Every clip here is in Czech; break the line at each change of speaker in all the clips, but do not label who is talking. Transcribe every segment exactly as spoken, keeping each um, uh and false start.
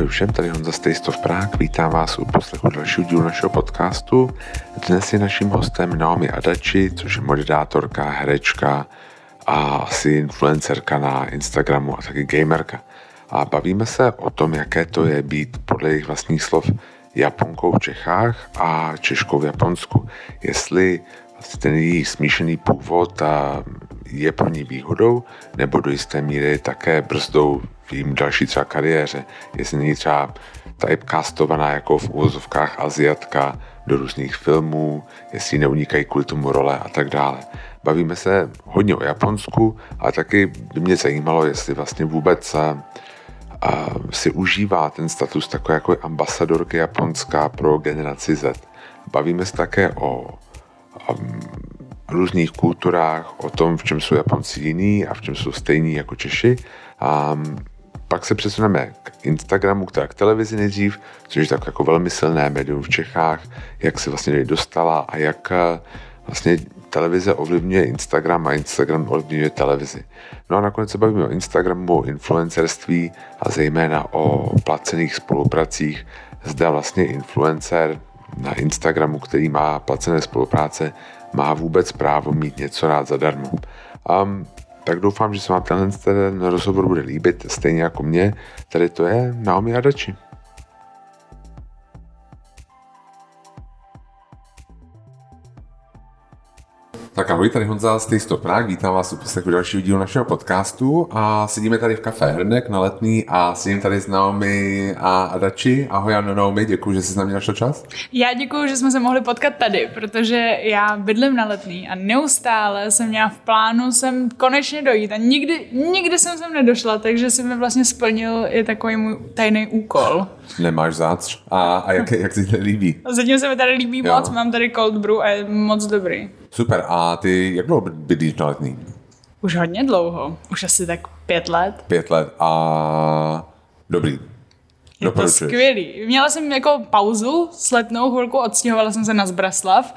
všem, tady Honza z Taste of Prague, vítám vás u poslechu dalšího dílu našeho podcastu. Dnes je naším hostem Naomi Adachi, což je moderátorka, herečka a asi influencerka na Instagramu a taky gamerka. A bavíme se o tom, jaké to je být podle jejich vlastních slov Japonkou v Čechách a Češkou v Japonsku. Jestli vlastně ten její smíšený původ je pro ní výhodou, nebo do jisté míry také brzdou v jejím další třeba kariéře. Jestli není třeba typecastovaná jako v úvozovkách Aziatka do různých filmů, jestli neunikají kvůli tomu role a tak dále. Bavíme se hodně o Japonsku, ale taky by mě zajímalo, jestli vlastně vůbec a, a si užívá ten status takové jako ambasadorky Japonska pro generaci Z. Bavíme se také o um, různých kulturách, o tom, v čem jsou Japonci jiný a v čem jsou stejní jako Češi. A pak se přesuneme k Instagramu, která k televizi nejdřív, což je tak jako velmi silné médium v Čechách, jak se vlastně dostala a jak vlastně televize ovlivňuje Instagram a Instagram ovlivňuje televizi. No a nakonec se bavíme o Instagramu, o influencerství a zejména o placených spolupracích. Zda vlastně influencer na Instagramu, který má placené spolupráce, má vůbec právo mít něco rád zadarmo. Um, tak doufám, že se vám tenhle ten rozhovor bude líbit, stejně jako mě. Tady to je Naomi Adachi. Tak ahoj, tady Honza z Taste of Prague, vítám vás u poslechu dalšího dílu našeho podcastu a sedíme tady v Café Hrnek na Letný a sedím tady s Naomi a Adachi. Ahoj Ano, Naomi, děkuji, že jsi na mě našel čas.
Já děkuji, že jsme se mohli potkat tady, protože já bydlím na Letný a neustále jsem měla v plánu sem konečně dojít a nikdy, nikdy jsem sem nedošla, takže si mi vlastně splnil i takový můj tajný úkol.
Nemáš záč. A, a jak, jak si to líbí?
Zatím se mi tady líbí jo. moc, mám tady cold brew a je moc dobrý.
Super, a ty jak dlouho bydlíš na Letný?
Už hodně dlouho, už asi tak pět let.
Pět let a dobrý.
Je to skvělý. Měla jsem jako pauzu s Letnou chvilku, odstěhovala jsem se na Zbraslav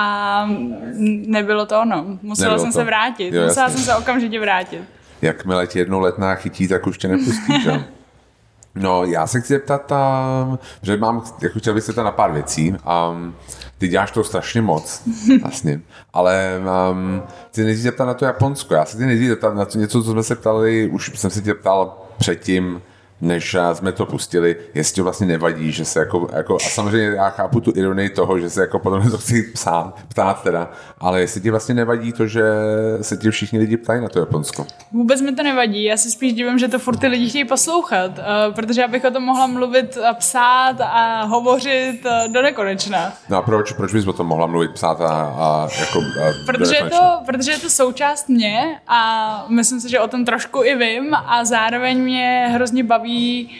a nebylo to ono. Musela nebylo jsem to. se vrátit, jo, musela jasně. jsem se okamžitě vrátit.
Jakmile tě jednou Letná chytí, tak už tě nepustí, že? No, já se chci zeptat, um, že mám, jako chtěl bych se to na pár věcí. Um, ty děláš to strašně moc, vlastně, ale um, chci nejdřív zeptat na to Japonsko. Já se chci nejdřív zeptat na to něco, co jsme se ptali, už jsem se tě ptal předtím, než jsme to pustili, jestli to vlastně nevadí, že se jako, jako a samozřejmě já chápu tu ironii toho, že se jako potom to chci psát, ptát teda, ale jestli ti vlastně nevadí to, že se ti všichni lidi ptají na to Japonsko.
Vůbec mi to nevadí, já si spíš divím, že to furt ty lidi chtějí poslouchat, uh, protože já bych o tom mohla mluvit a psát a hovořit uh, do nekonečna.
No a proč, proč bys o tom mohla mluvit, psát a, a jako a
protože, je to, protože je to součást mě a myslím si, že o tom trošku i vím a zároveň mě hrozně baví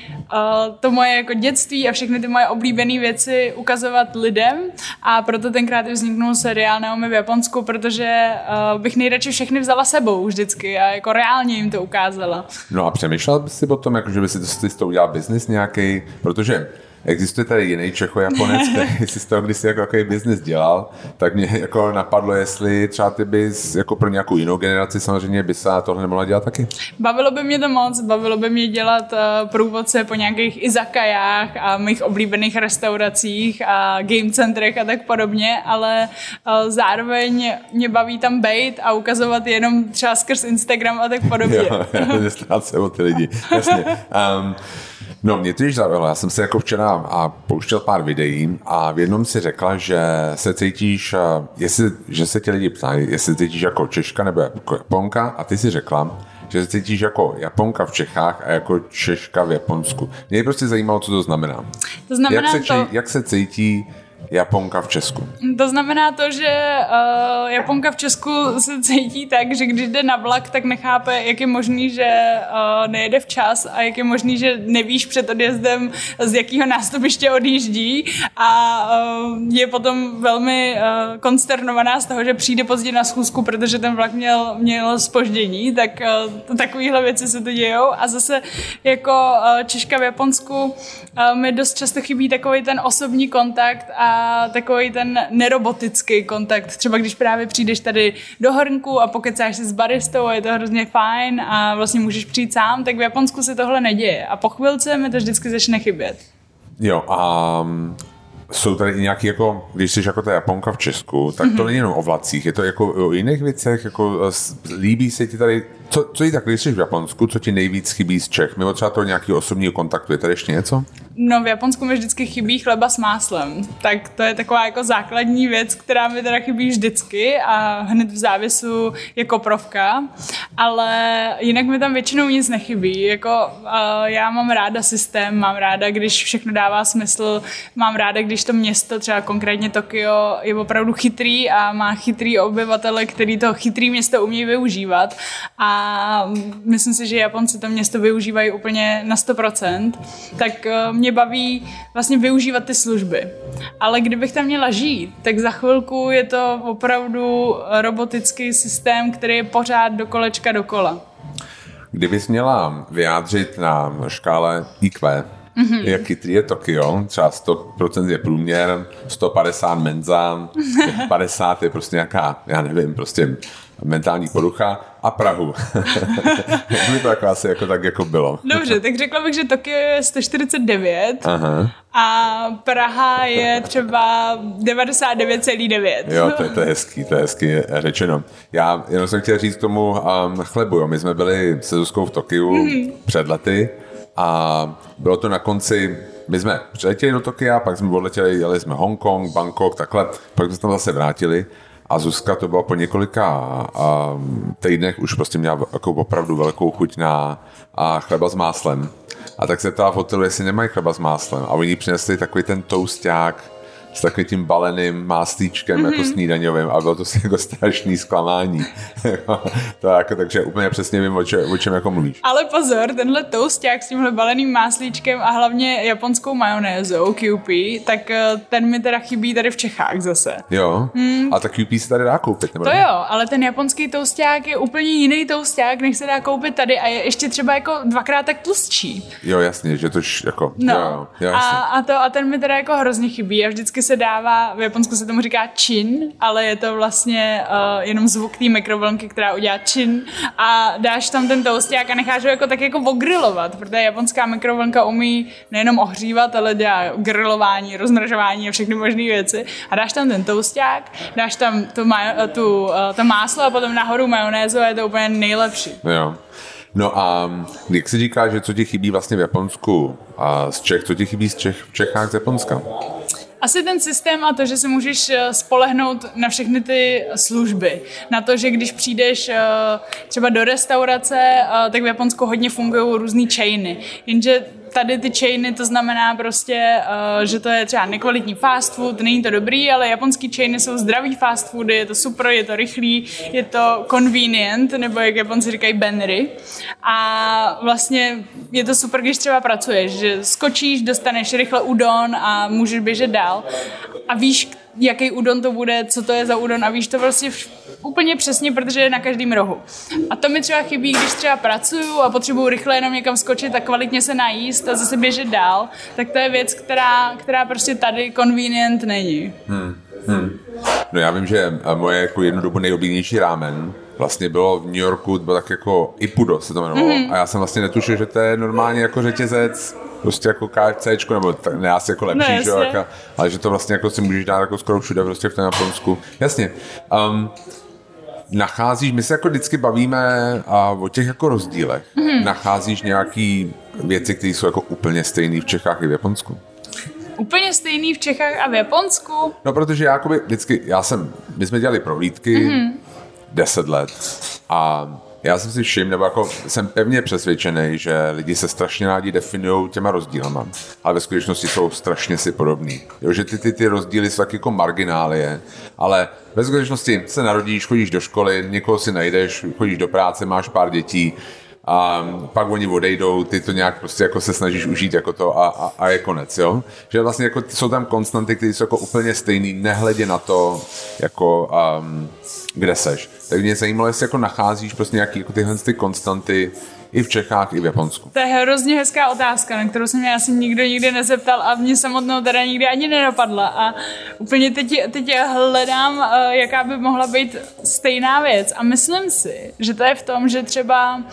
Uh, to moje jako dětství a všechny ty moje oblíbené věci ukazovat lidem a proto tenkrát i vzniknul seriál Naomi v Japonsku, protože uh, bych nejradši všechny vzala sebou vždycky a jako reálně jim to ukázala.
No a přemýšlel bys si o tom, jako že by si to, si to udělal biznis nějaký, protože existuje tady jiný Čecho-Japonec, který si z toho kdysi jako jaký biznis dělal, tak mě jako napadlo, jestli třeba ty bys jako pro nějakou jinou generaci samozřejmě by se tohle nemohla dělat taky.
Bavilo by mě to moc, bavilo by mě dělat uh, průvodce po nějakých izakajách a mých oblíbených restauracích a game centrech a tak podobně, ale uh, zároveň mě baví tam bejt a ukazovat jenom třeba skrz Instagram a tak podobně.
Jo, já nestrát se o ty lidi, jasně. Um, No, mě to již zaujalo. Já jsem se jako včera a pouštěl pár videí a v jednom si řekla, že se cítíš, jestli, že se ti lidi ptají, jestli cítíš jako Češka nebo jako Japonka a ty si řekla, že se cítíš jako Japonka v Čechách a jako Češka v Japonsku. Mě prostě zajímalo, co to znamená.
To znamená
jak se,
to...
jak se cítí Japonka v Česku?
To znamená to, že uh, Japonka v Česku se cítí tak, že když jde na vlak, tak nechápe, jak je možný, že uh, nejede včas a jak je možný, že nevíš před odjezdem, z jakého nástupiště odjíždí a uh, je potom velmi uh, konsternovaná z toho, že přijde pozdě na schůzku, protože ten vlak měl, měl zpoždění, tak uh, takovéhle věci se to dějou a zase jako uh, Češka v Japonsku uh, mi dost často chybí takový ten osobní kontakt a a takový ten nerobotický kontakt. Třeba když právě přijdeš tady do hrnku a pokecáš si s baristou a je to hrozně fajn a vlastně můžeš přijít sám, tak v Japonsku se tohle neděje. A po chvilce mi to vždycky začne chybět.
Jo, a jsou tady i nějaký, jako, když jsi jako ta Japonka v Česku, tak to mm-hmm. není jenom o vlacích, je to jako o jiných věcech, jako líbí se ti tady, co, co jí tak, když jsi v Japonsku, co ti nejvíc chybí z Čech, mimo třeba toho nějakého osobního kontaktu, je tady ještě něco?
No v Japonsku mi vždycky chybí chleba s máslem, tak to je taková jako základní věc, která mi teda chybí vždycky a hned v závěsu je koprovka, ale jinak mi tam většinou nic nechybí, jako uh, já mám ráda systém, mám ráda, když všechno dává smysl, mám ráda, když to město, třeba konkrétně Tokio, je opravdu chytrý a má chytrý obyvatele, který to chytrý město umí využívat a myslím si, že Japonci to město využívají úplně na sto procent, tak uh, mě baví vlastně využívat ty služby. Ale kdybych tam měla žít, tak za chvilku je to opravdu robotický systém, který je pořád do kolečka dokola.
Kdybys měla vyjádřit na škále í kvé, mm-hmm. jak chytrý je Tokio, třeba sto procent je průměr, sto padesát menza, padesát je prostě nějaká, já nevím, prostě mentální porucha a Prahu. Jak by to jako asi jako tak jako bylo?
Dobře, tak řekla bych, že Tokio je sto čtyřicet devět Aha. a Praha je třeba devadesát devět celá devět.
Jo, to je, to je hezký, to je hezký řečeno. Já jenom jsem chtěl říct k tomu um, chlebu, jo. My jsme byli se Zuzkou v Tokiu mm-hmm. před lety a bylo to na konci, my jsme přiletěli do Tokia, pak jsme odletěli, jeli jsme Hongkong, Bangkok, takhle, pak jsme se tam zase vrátili. A Zuzka to bylo po několika um, týdnech už prostě měla jako opravdu velkou chuť na a chleba s máslem. A tak se ptala v hotelu, jestli nemají chleba s máslem. A oni přinesli takový ten tousták s takovým tím baleným máslíčkem mm-hmm. jako snídaňovým a bylo to jako strašný zklamání. To jako, takže úplně přesně vím, o, če, o čem jako mluvíš.
Ale pozor, tenhle tousták s tímhle baleným máslíčkem a hlavně japonskou majonézou Q P, tak ten mi teda chybí tady v Čechách zase.
Jo, mm. a tak Q P se tady dá koupit, nebo
to
ne?
Jo, ale ten japonský tousták je úplně jiný tousták, než se dá koupit tady a je ještě třeba jako dvakrát tak tlustší.
Jo, jasně, že to jako...
No.
Jo, jo, jasně.
A, a, to, a ten mi teda jako hrozně chybí a vždycky se dává, v Japonsku se tomu říká chin, ale je to vlastně uh, jenom zvuk té mikrovlnky, která udělá chin a dáš tam ten tousták a necháš ho jako tak jako ogrilovat, protože japonská mikrovlnka umí nejenom ohřívat, ale dělá grilování, rozmražování a všechny možné věci a dáš tam ten tousták, dáš tam tu, majo, tu, uh, to máslo a potom nahoru majonézu a je to úplně nejlepší.
Jo. No a jak si říká, že co ti chybí vlastně v Japonsku a z Čech, co ti chybí z Čech, v Čechách z Japonska?
Asi ten systém a to, že se můžeš spolehnout na všechny ty služby. Na to, že když přijdeš třeba do restaurace, tak v Japonsku hodně fungují různý chainy. Jenže tady ty chainy, to znamená prostě, uh, že to je třeba nekvalitní fast food, není to dobrý, ale japonský chainy jsou zdravý fast foody, je to super, je to rychlý, je to convenient, nebo jak Japonci říkají benry. A vlastně je to super, když třeba pracuješ, že skočíš, dostaneš rychle udon a můžeš běžet dál a víš, jaký udon to bude, co to je za udon a víš to vlastně vš- úplně přesně, protože je na každém rohu. A to mi třeba chybí, když třeba pracuju a potřebuju rychle jenom někam skočit a kvalitně se najíst a zase běžet dál, tak to je věc, která, která prostě tady convenient není. Hmm.
Hmm. No já vím, že moje jako jednu dobu nejoblíbenější rámen vlastně bylo v New Yorku, bylo tak jako Ippudo se to jmenovalo mm-hmm. a já jsem vlastně netušil, že to je normálně jako řetězec, prostě jako KFCčko, nebo tak, ne asi jako lepší, no, že jo, jako, ale že to vlastně jako si můžeš dát jako skoro všude prostě v tom Japonsku. Jasně. Um, nacházíš, my se jako vždycky bavíme uh, o těch jako rozdílech. Mm-hmm. Nacházíš nějaký věci, které jsou jako úplně stejné v Čechách i v Japonsku?
Úplně stejný v Čechách a v Japonsku?
No, protože já jakoby vždycky, já jsem, my jsme dělali prohlídky mm-hmm. deset let a já jsem si všiml, nebo jako jsem pevně přesvědčený, že lidi se strašně rádi definují těma rozdílama, ale ve skutečnosti jsou strašně si podobní. Jo, že ty, ty, ty rozdíly jsou tak jako marginálie, ale ve skutečnosti se narodíš, chodíš do školy, někoho si najdeš, chodíš do práce, máš pár dětí, a pak oni odejdou, ty to nějak prostě jako se snažíš užít jako to a, a, a je konec, jo? Že vlastně jako jsou tam konstanty, které jsou jako úplně stejný, nehledě na to, jako um, kde seš. Tak mě zajímalo, jestli jako nacházíš prostě nějaký jako tyhle ty konstanty I v Čechách, i v Japonsku.
To je hrozně hezká otázka, na kterou se mě asi nikdo nikdy nezeptal a mě samotnou teda nikdy ani nenapadla. A úplně teď, teď hledám, jaká by mohla být stejná věc. A myslím si, že to je v tom, že třeba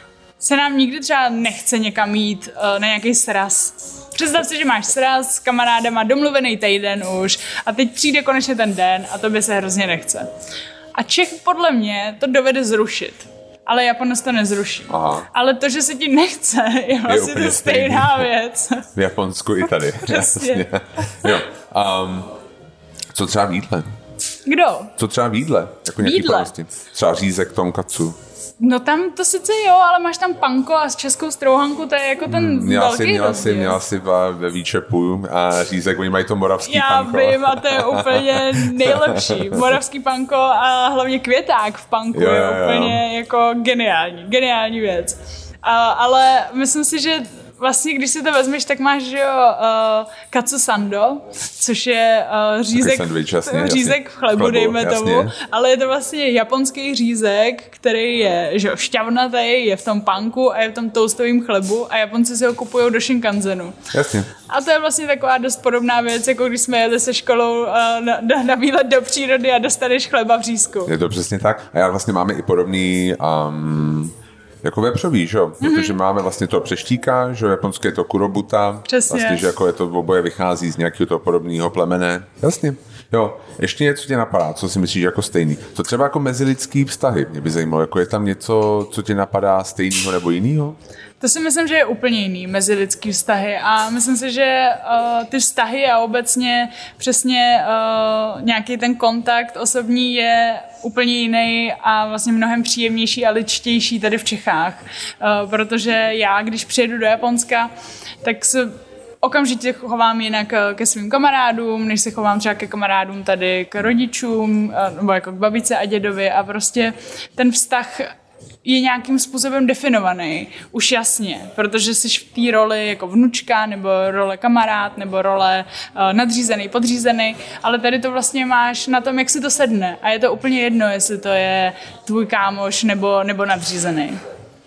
se nám nikdy třeba nechce někam jít na nějaký sraz. Představ si, že máš sraz s kamarádama, domluvený týden už a teď přijde konečně ten den a to by se hrozně nechce. A Čech podle mě to dovede zrušit. Ale Japonec to nezruší. Aha. Ale to, že se ti nechce, je vlastně je to stejná stejný. Věc.
V Japonsku i tady.
Přesně.
Jo. Um, co třeba v jídle?
Kdo?
Co třeba v jídle? Jako nějaký plnosti. Třeba řízek tonkatsu.
No tam to sice jo, ale máš tam panko a s českou strouhanku, to je jako ten hmm, měla velký
si, měla
rozdíl.
si, měla si ve Výčepu a řízek, oni mají to moravský
Já
panko.
Já vím a to je úplně nejlepší. Moravský panko a hlavně květák v panku jo, je jo, úplně jo. jako geniální, geniální věc. A, ale myslím si, že vlastně, když si to vezmeš, tak máš, že jo, uh, katsu sando, což je uh, řízek,
sandwich, jasně,
řízek
jasně.
v chlebu, chlebu dejme jasně. tomu, ale je to vlastně japonský řízek, který je, že jo, šťavnatý, je v tom panku a je v tom toastovém chlebu a Japonci si ho kupují do Shinkanzenu.
Jasně.
A to je vlastně taková dost podobná věc, jako když jsme jeli se školou uh, na, na, na výlet do přírody a dostaneš chleba v řízku.
Je to přesně tak. A já vlastně máme i podobný... Um... Jako vepřový, že jo? Mm-hmm. Protože máme vlastně to přeštíka, že japonské je to kurobuta.
Přesně.
Vlastně, že jako je to v oboje vychází z nějakého toho podobného plemene. Jasně. Jo, ještě něco tě napadá, co si myslíš jako stejný. To třeba jako mezilidský vztahy, mě by zajímalo, jako je tam něco, co tě napadá stejného nebo jinýho?
To si myslím, že je úplně jiný mezilidský vztahy a myslím si, že uh, ty vztahy a obecně přesně uh, nějaký ten kontakt osobní je úplně jiný a vlastně mnohem příjemnější a ličtější tady v Čechách. Uh, protože já, když přijedu do Japonska, tak se okamžitě chovám jinak ke svým kamarádům, než se chovám třeba ke kamarádům tady, k rodičům, nebo jako k babice a dědovi a prostě ten vztah je nějakým způsobem definovaný, už jasně, protože jsi v té roli jako vnučka, nebo role kamarád, nebo role uh, nadřízený, podřízený, ale tady to vlastně máš na tom, jak si to sedne a je to úplně jedno, jestli to je tvůj kámoš nebo, nebo nadřízený.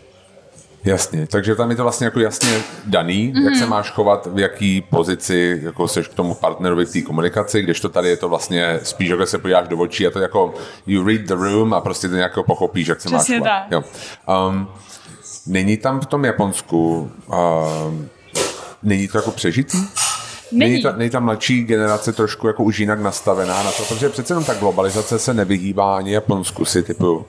Jasně, takže tam je to vlastně jako jasně daný, mm-hmm. jak se máš chovat, v jaký pozici jako seš k tomu partnerovi v té komunikaci, kdežto tady je to vlastně spíš, jak se podíváš do očí a to jako you read the room a prostě to nějak pochopíš, jak se
přesně
máš chovat. Jo. Um, není tam v tom Japonsku, um, není to jako přežitý?
Není.
Není, ta, není ta mladší generace trošku jako už jinak nastavená na to, protože přece jenom ta globalizace se nevyhýbá ani Japonsku si typu.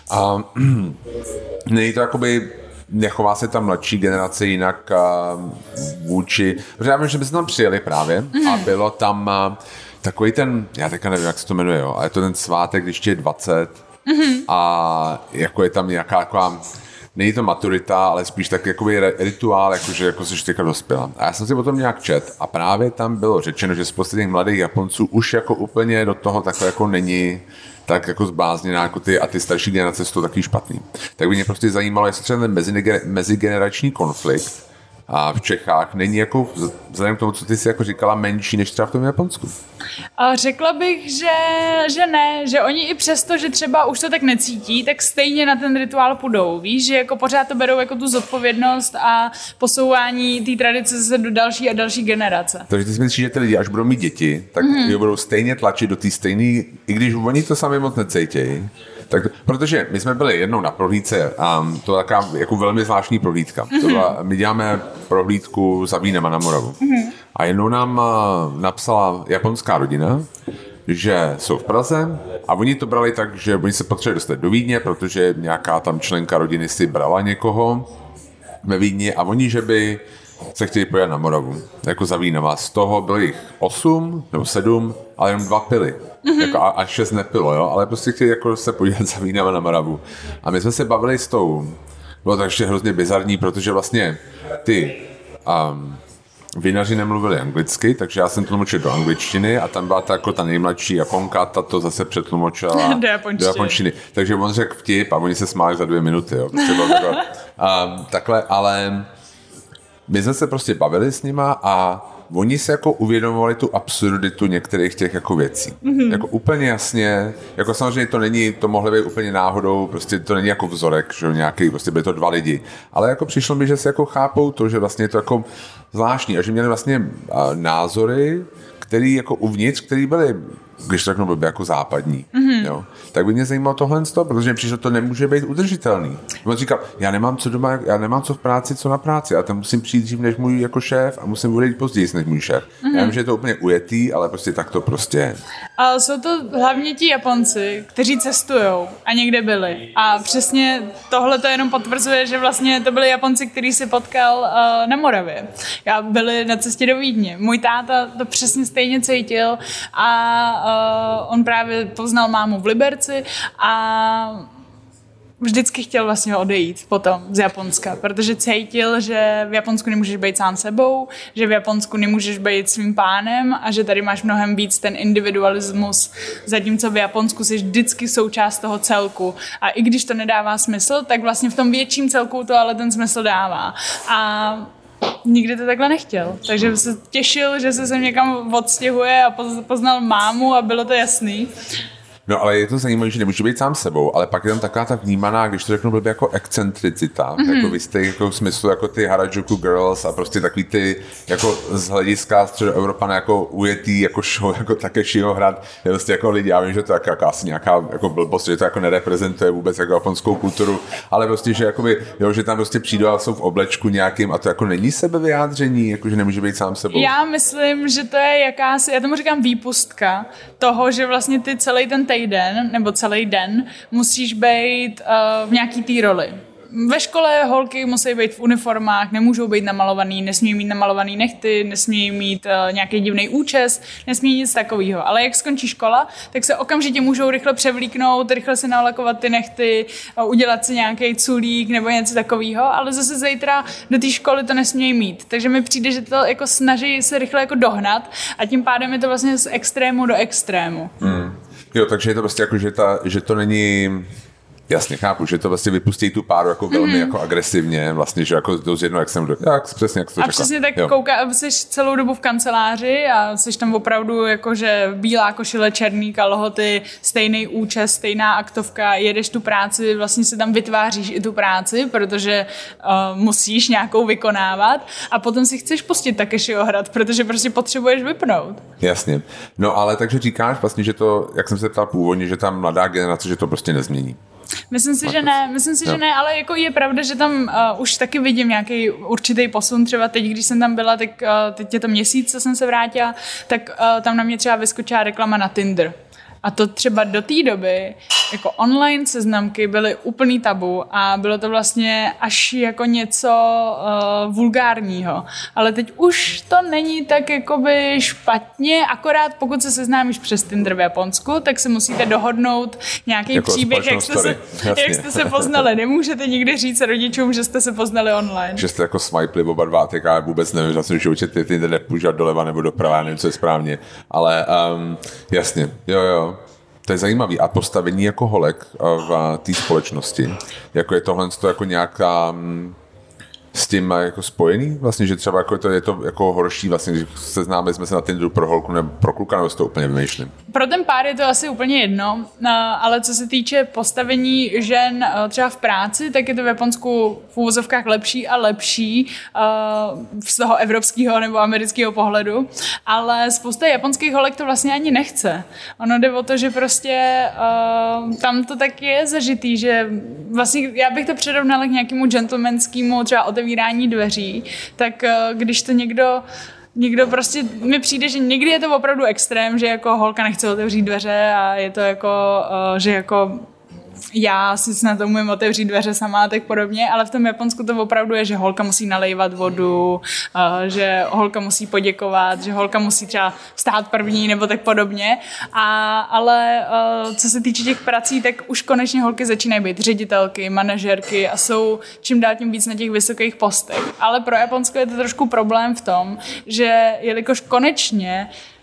Um, není to jakoby nechová se ta mladší generace jinak uh, vůči, protože já vím, že my jsme tam přijeli právě mm. a bylo tam uh, takový ten, já teďka nevím, jak se to jmenuje, jo, ale je to ten svátek, když je dvacet mm. a jako je tam nějaká taková, není to maturita, ale spíš tak jakoby rituál, jakože jako jsi teďka dospěla. A já jsem si potom nějak čet a právě tam bylo řečeno, že spousta těch mladých Japonců už jako úplně do toho takhle jako není tak jako zblázněná jako ty a ty starší generace jsou taky špatný. Tak by mě prostě zajímalo, jestli třeba ten mezigenerační konflikt a v Čechách není jako vzhledem k tomu, co ty si jako říkala, menší než třeba v tom Japonsku.
A řekla bych, že, že ne, že oni i přesto, že třeba už to tak necítí, tak stejně na ten rituál půjdou. Víš, že jako pořád to berou jako tu zodpovědnost a posouvání té tradice se do další a další generace. Takže
ty si myslíš, že ty lidi, až budou mít děti, tak mm-hmm. je budou stejně tlačit do té stejné, i když oni to sami moc necítějí. Tak, protože my jsme byli jednou na prohlídce a to je taková jako velmi zvláštní prohlídka. Mm-hmm. To byla, my děláme prohlídku za vínem na Moravu. Mm-hmm. A jednou nám uh, napsala japonská rodina, že jsou v Praze a oni to brali tak, že oni se potřebovali dostat do Vídně, protože nějaká tam členka rodiny si brala někoho ve Vídni a oni, že by se chtěli pojet na Moravu, jako za vínem. A z toho bylo jich osm nebo sedm, ale jenom dva pili. Mm-hmm. Jako a, a šest nepilo, jo? Ale prostě chtěli jako se podívat za vínem na Moravu. A my jsme se bavili s tou, bylo to ještě hrozně bizarní, protože vlastně ty um, vinaři nemluvili anglicky, takže já jsem tlumočil do angličtiny a tam byla ta, jako ta nejmladší Japonka, ta to zase přetlumočila
do japonštiny.
do japonštiny. Takže on řekl vtip a oni se smáli za dvě minuty, jo? Takhle, um, takhle, ale my jsme se prostě bavili s nima a oni se jako uvědomovali tu absurditu některých těch jako věcí. Mm-hmm. Jako úplně jasně, jako samozřejmě to není, to mohlo být úplně náhodou, prostě to není jako vzorek, že nějaký, prostě byly to dva lidi, ale jako přišlo mi, že se jako chápou to, že vlastně je to jako zvláštní a že měli vlastně názory, který jako uvnitř, který byly, když to řeknu, by jako západní, mm-hmm. jo. Tak by mě zajímalo tohle z toho, protože přišlo, to nemůže být udržitelný. On říkal, já nemám co doma, já nemám co v práci, co na práci, a tam musím přijít dřív než můj jako šéf a musím odejít později než můj šéf. Mm-hmm. Já vím, že je to úplně ujetý, ale prostě tak to prostě je.
A jsou to hlavně ti Japonci, kteří cestujou a někde byli. A přesně tohle to jenom potvrzuje, že vlastně to byli Japonci, který si potkal uh, na Moravě. Já byli na cestě do Vídně. Můj táta to přesně stejně cítil a uh, on právě poznal mámu v Liberci a vždycky chtěl vlastně odejít potom z Japonska, protože cítil, že v Japonsku nemůžeš být sám sebou, že v Japonsku nemůžeš být svým pánem a že tady máš mnohem víc ten individualismus, zatímco v Japonsku jsi vždycky součást toho celku. A i když to nedává smysl, tak vlastně v tom větším celku to ale ten smysl dává. A nikdy to takhle nechtěl. Takže se těšil, že se sem někam odstěhuje a poznal mámu a bylo to jasný.
No ale je to zajímavé, že nemůže být sám sebou, ale pak je tam taková ta vnímaná, když to řeknu blbě, jako excentricita, mm-hmm. jako vy jste jako smyslu jako ty Harajuku Girls a prostě takový ty jako z hlediska středoevropana jako ujetý jako show, jako Takeshiho hrad, je prostě jako lidi, já vím, že to je jako asi nějaká jako blbost, že to jako nereprezentuje vůbec jako japonskou kulturu, ale prostě, že jakoby, jo, že tam prostě přijdou a jsou v oblečku nějakým a to jako není sebevyjádření, jako že nemůže být sám sebou.
Já myslím, že to je jakási, já tomu říkám výpustka toho, že vlastně ty celý ten týden nebo celý den musíš být uh, v nějaký té roli. Ve škole holky musí být v uniformách, nemůžou být namalovaný, nesmí mít namalovaný nechty, nesmí mít uh, nějaký divný účes, nesmí nic takového. Ale jak skončí škola, tak se okamžitě můžou rychle převlíknout, rychle si nalakovat ty nechty, uh, udělat si nějaký culík nebo něco takového, ale zase zítra do té školy to nesmějí mít. Takže mi přijde, že to jako snaží se rychle jako dohnat a tím pádem je to vlastně z extrému do extrému.
Hmm. Jo, takže je to prostě jako, že, ta, že to není... Jasně, chápu, že to vlastně vypustí tu páru jako velmi mm-hmm. jako agresivně, vlastně, že jako to z jednoho extrému do... Jak, přesně, jak to řekla.
A přesně tak kouká, jsi celou dobu v kanceláři a jsi tam opravdu jakože bílá košile, černý kalhoty, stejný účes, stejná aktovka, jedeš tu práci, vlastně si tam vytváříš i tu práci, protože uh, musíš nějakou vykonávat a potom si chceš pustit Takeshiho hrad, protože prostě potřebuješ vypnout.
Jasně. No ale takže říkáš vlastně, že to, jak jsem se ptal původně, že ta mladá generace, že to prostě nezmění.
Myslím si, že ne, myslím si, že ne, ale jako je pravda, že tam uh, už taky vidím nějaký určitý posun, třeba teď, když jsem tam byla, tak uh, teď je to měsíc, co jsem se vrátila, tak uh, tam na mě třeba vyskočila reklama na Tinder. A to třeba do té doby jako online seznamky byly úplný tabu a bylo to vlastně až jako něco uh, vulgárního. Ale teď už to není tak jakoby špatně, akorát pokud se seznámíš přes Tinder v Japonsku, tak se musíte dohodnout nějaký jako příběh, jak jste, se, jak jste se poznali. Nemůžete nikdy říct rodičům, že jste se poznali online.
Že jste jako swipeli oba dva, tak já vůbec nevím, že jsem v životě ty Tinder nepůžat doleva nebo doprava, nevím, co je správně. Ale um, jasně, jo, jo. To je zajímavý. A postavení jako holek v té společnosti, jako je tohle to jako nějaká s tím jako spojený vlastně, že třeba jako je to, je to jako horší vlastně, když seznámili jsme se na Tinderu pro holku nebo pro kluka, nebo si to úplně vymýšlím.
Pro ten pár je to asi úplně jedno, ale co se týče postavení žen třeba v práci, tak je to v Japonsku v úvozovkách lepší a lepší z toho evropského nebo amerického pohledu, ale spousta japonských holek to vlastně ani nechce. Ono jde o to, že prostě tam to tak je zažitý, že vlastně já bych to přirovnala k nějakému gentlemanskému třeba otevírání dveří, tak když to někdo Někdo prostě, mi přijde, že někdy je to opravdu extrém, že jako holka nechce otevřít dveře a je to jako, že jako já si snad to umím otevřít dveře sama a tak podobně, ale v tom Japonsku to opravdu je, že holka musí nalévat vodu, že holka musí poděkovat, že holka musí třeba vstát první nebo tak podobně. A, ale co se týče těch prací, tak už konečně holky začínají být ředitelky, manažerky a jsou čím dál tím víc na těch vysokých postech. Ale pro Japonsko je to trošku problém v tom, že jelikož konečně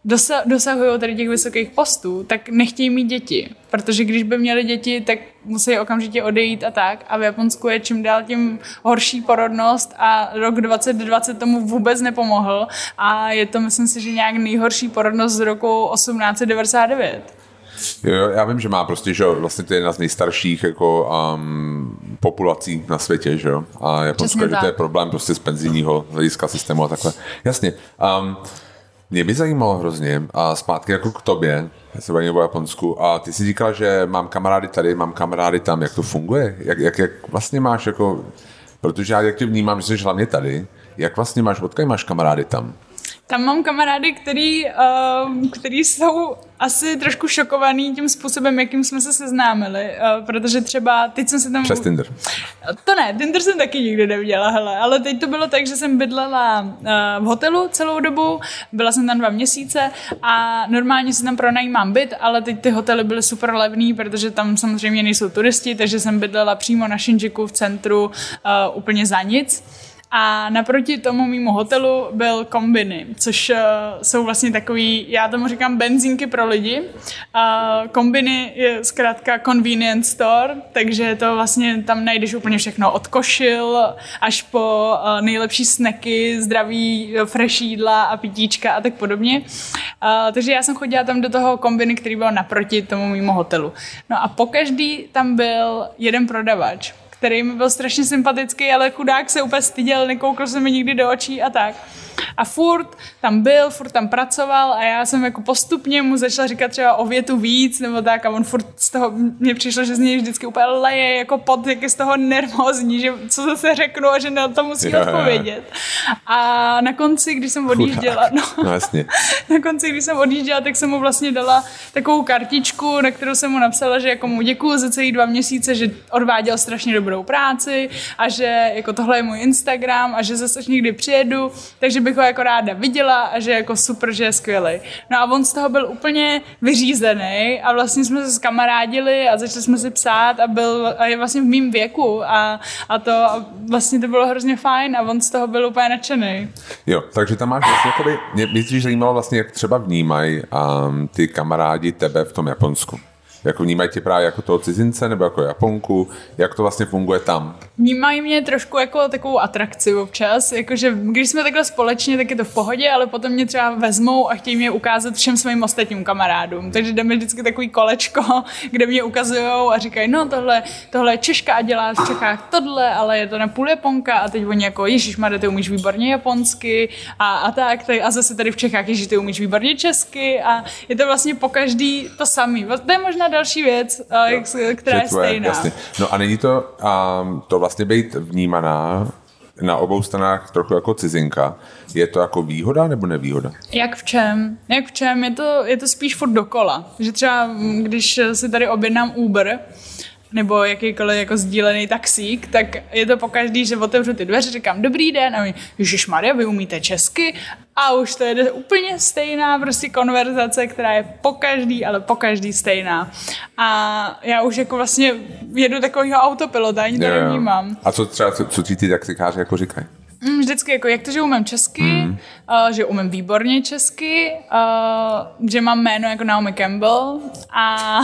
dosa- dosahují tady těch vysokých postů, tak nechtějí mít děti. Protože když by měli děti, tak musí okamžitě odejít a tak. A v Japonsku je čím dál tím horší porodnost a rok dvacet dvacet tomu vůbec nepomohl. A je to, myslím si, že nějak nejhorší porodnost z roku osmnáct set devadesát devět.
Jo, já vím, že má prostě, že vlastně to je jedna z nejstarších jako um, populací na světě, že jo. A Japonsko, že to je problém prostě z penzijního hlediska systému a takhle. Jasně. Um, Mě by zajímalo hrozně a zpátky jako k tobě, já se bavím o Japonsku, a ty jsi říkala, že mám kamarády tady, mám kamarády tam, jak to funguje? Jak, jak, jak vlastně máš jako, protože já jak tě vnímám, že jsi hlavně tady, jak vlastně máš, odkud máš kamarády tam?
Tam mám kamarády, který, uh, který jsou asi trošku šokovaný tím způsobem, jakým jsme se seznámili, uh, protože třeba teď jsem se tam...
Přes Tinder.
To ne, Tinder jsem taky nikdy neviděla, hele, ale teď to bylo tak, že jsem bydlela uh, v hotelu celou dobu, byla jsem tam dva měsíce a normálně si tam pronajímám byt, ale teď ty hotely byly super levný, protože tam samozřejmě nejsou turisti, takže jsem bydlela přímo na Shinjuku v centru uh, úplně za nic. A naproti tomu mýmu hotelu byl Kombiny, což uh, jsou vlastně takový, já tomu říkám benzínky pro lidi. Uh, Kombiny je zkrátka convenience store, takže to vlastně tam najdeš úplně všechno od košil až po uh, nejlepší snacky, zdraví, fresh jídla a pitíčka a tak podobně. Uh, takže já jsem chodila tam do toho Kombiny, který byl naproti tomu mýmu hotelu. No a pokaždý tam byl jeden prodavač, který mi byl strašně sympatický, ale chudák se úplně styděl, nekoukl se mi nikdy do očí a tak. A furt tam byl, furt tam pracoval a já jsem jako postupně mu začala říkat třeba o větu víc nebo tak a on furt z toho, mně přišlo, že z něj vždycky úplně leje jako pot, jak je z toho nervózní, že co zase řeknu a že na to musí yeah. odpovědět. A na konci, když jsem odjížděla, no,
no jasně.
na konci, když jsem odjížděla, tak jsem mu vlastně dala takovou kartičku, na kterou jsem mu napsala, že jako mu děkuju za celý dva měsíce, že odváděl strašně dobrou práci a že jako tohle je můj Instagram a že zase někdy přijedu, takže bych ho jako ráda viděla a že jako super, že je skvělej. No a on z toho byl úplně vyřízený a vlastně jsme se zkamarádili a začali jsme si psát a byl a je vlastně v mým věku a, a to a vlastně to bylo hrozně fajn a on z toho byl úplně nadšený.
Jo, takže tam máš vlastně jakoby, mě, mě spíš zajímalo vlastně, jak třeba vnímají um, ty kamarádi tebe v tom Japonsku. Jako vnímají tě právě jako toho cizince nebo jako Japonku, jak to vlastně funguje tam?
Vnímají mě trošku jako takovou atrakci občas, jakože když jsme takhle společně, tak je to v pohodě, ale potom mě třeba vezmou a chtějí mě ukázat všem svým ostatním kamarádům. Takže jdeme vždycky takový kolečko, kde mě ukazujou a říkají, no tohle, tohle je Češka a dělá v Čechách tohle, ale je to na půl Japonka a teď oni jako, ježišmarja, ty umíš výborně japonsky a, a tak, a zase tady v Čechách, ježiš, ty umíš výborně česky a je to vlastně pokaždý to samý. To je možná další věc, jo, která je stejná. Jasně.
No a není to, um, to vlastně být vnímaná na obou stranách trochu jako cizinka, je to jako výhoda nebo nevýhoda?
Jak v čem? Jak v čem? Je to, je to spíš furt dokola. Že třeba, když si tady objednám Uber, nebo jakýkoliv jako sdílený taxík, tak je to pokaždý, že otevřu ty dveře, říkám dobrý den a my, ježišmarja, vy umíte česky a už to je úplně stejná prostě konverzace, která je pokaždý, ale pokaždý stejná. A já už jako vlastně jedu takovýho autopilota, ani to nevnímám.
A co třeba, co, co ti ty taxikáři jako říkají?
Vždycky jako, jak to, že umím česky, mm. uh, že umím výborně česky, uh, že mám jméno jako Naomi Campbell a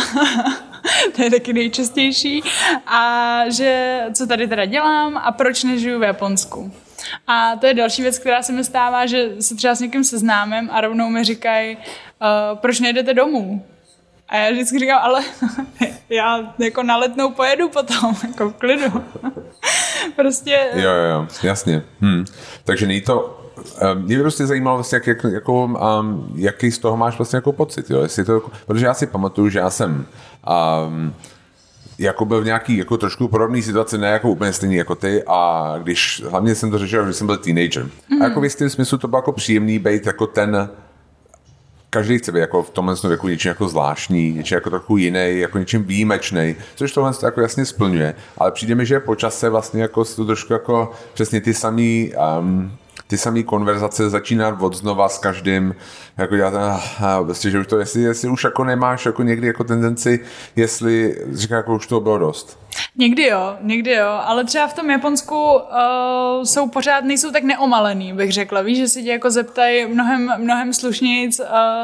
to je taky nejčastější a že co tady teda dělám a proč nežiju v Japonsku. A to je další věc, která se mi stává, že se třeba s někým seznámím a rovnou mi říkají, uh, proč nejdete domů? A já vždycky říkám, ale já jako na Letnou pojedu potom, jako v klidu. Prostě...
Jo, jo, jo, jasně. Hm. Takže není to... Mě by prostě zajímalo vlastně, jak, jak, jako, um, jaký z toho máš vlastně jako pocit, jo? Jestli to, protože já si pamatuju, že já jsem um, jako byl v nějaký jako trošku podobný situaci, ne jako úplně stejný jako ty a když, hlavně jsem to řešil, že jsem byl teenager. Mm. A jako v jistém smyslu to bylo jako příjemný být jako ten každý chce být jako v tomhle věku něčím jako zvláštní, něčím jako trochu jiný, jako něčím výjimečný, což tohle to jako jasně splňuje, ale přijde mi, že po čase vlastně jako to trošku jako přesně ty samý um, ty samý konverzace začínat od znova s každým, jako dělat, ah, vlastně, že už to, jestli, jestli už jako nemáš jako někdy jako tendenci, jestli říká, jako už toho bylo dost.
Někdy jo, někdy jo, ale třeba v tom Japonsku uh, jsou pořád, nejsou tak neomalený, bych řekla, víš, že si tě jako zeptají mnohem, mnohem slušnějc uh,